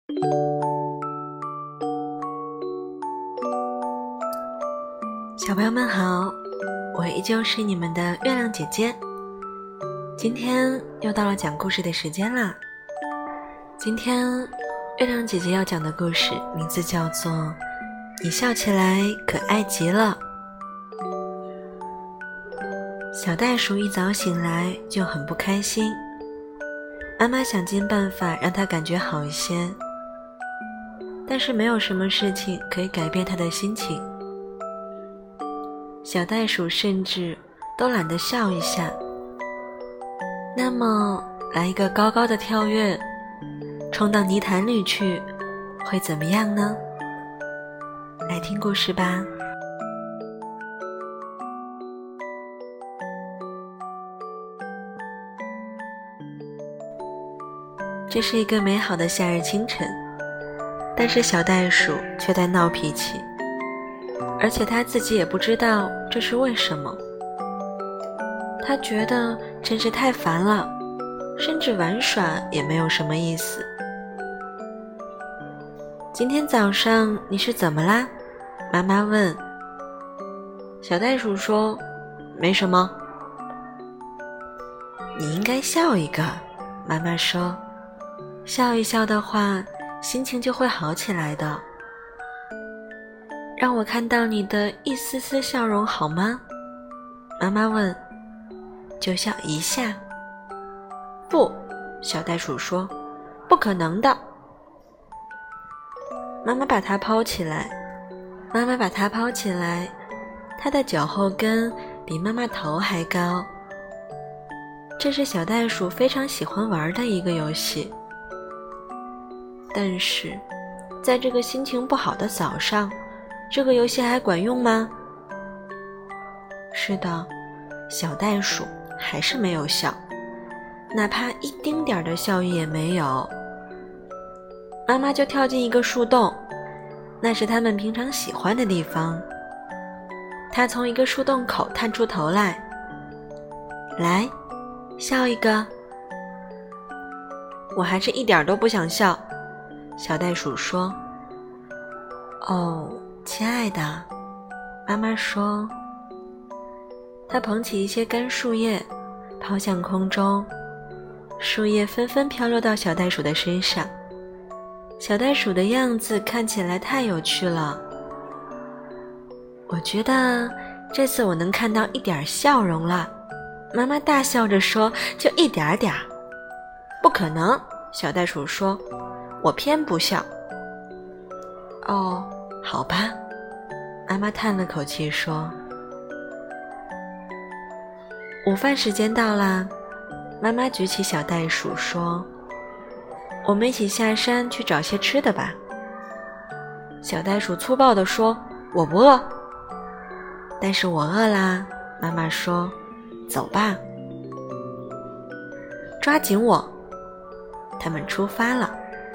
小朋友们好，我依旧是你们的月亮姐姐。今天又到了讲故事的时间啦。今天月亮姐姐要讲的故事名字叫做《你笑起来可爱极了》。小袋鼠一早醒来就很不开心，妈妈想尽办法让它感觉好一些，但是没有什么事情可以改变它的心情。小袋鼠甚至都懒得笑一下。那么来一个高高的跳跃，冲到泥潭里去，会怎么样呢？来听故事吧。这是一个美好的夏日清晨，但是小袋鼠却在闹脾气，而且他自己也不知道这是为什么。他觉得真是太烦了，甚至玩耍也没有什么意思。今天早上你是怎么啦？妈妈问。小袋鼠说，没什么。你应该笑一个，妈妈说，笑一笑的话，心情就会好起来的。让我看到你的一丝丝笑容好吗？妈妈问。就笑一下。不，小袋鼠说，不可能的。妈妈把它抛起来，它的脚后跟比妈妈头还高。这是小袋鼠非常喜欢玩的一个游戏。但是在这个心情不好的早上，这个游戏还管用吗？是的，小袋鼠还是没有笑，哪怕一丁点的笑意也没有。妈妈就跳进一个树洞，那是他们平常喜欢的地方。她从一个树洞口探出头来，来，笑一个。我还是一点都不想笑，小袋鼠说。哦，亲爱的，妈妈说。她捧起一些干树叶，抛向空中，树叶纷纷飘落到小袋鼠的身上。小袋鼠的样子看起来太有趣了。我觉得这次我能看到一点笑容了，妈妈大笑着说，就一点点。不可能，小袋鼠说，我偏不笑。哦，好吧，妈妈叹了口气说。午饭时间到啦，妈妈举起小袋鼠说，我们一起下山去找些吃的吧。小袋鼠粗暴地说，我不饿。但是我饿啦，妈妈说，走吧。抓紧我，他们出发了。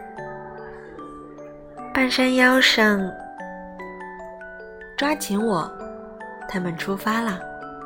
半山腰上，抓紧我，他们出发了。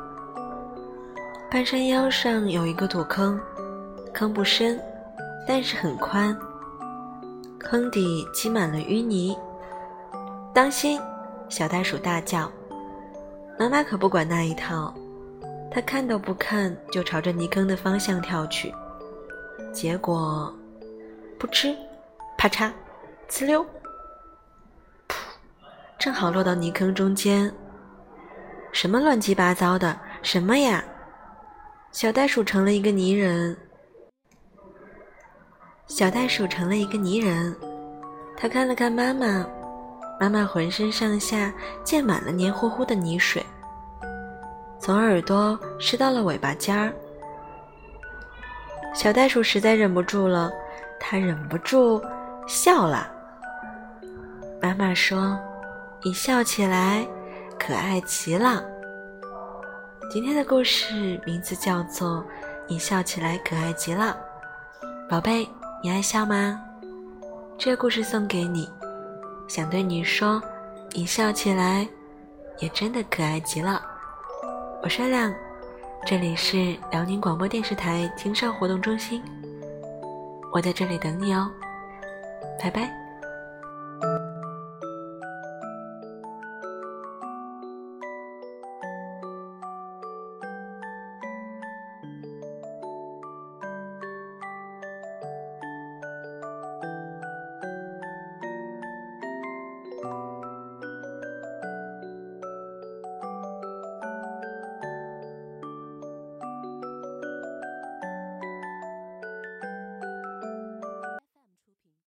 半山腰上有一个土坑，坑不深，但是很宽，坑底积满了淤泥。当心，小袋鼠大叫。妈妈可不管那一套，她看都不看就朝着泥坑的方向跳去。结果噗嗤，啪嚓，呲溜，噗，正好落到泥坑中间。什么乱七八糟的，什么呀？小袋鼠成了一个泥人。他看了看妈妈，妈妈浑身上下溅满了黏糊糊的泥水，从耳朵湿到了尾巴尖儿。小袋鼠实在忍不住了，它忍不住笑了。妈妈说，你笑起来可爱极了。今天的故事名字叫做你笑起来可爱极了。宝贝，你爱笑吗？这个故事送给你，想对你说，你笑起来也真的可爱极了。我是亮，这里是辽宁广播电视台青少活动中心，我在这里等你哦。 拜拜。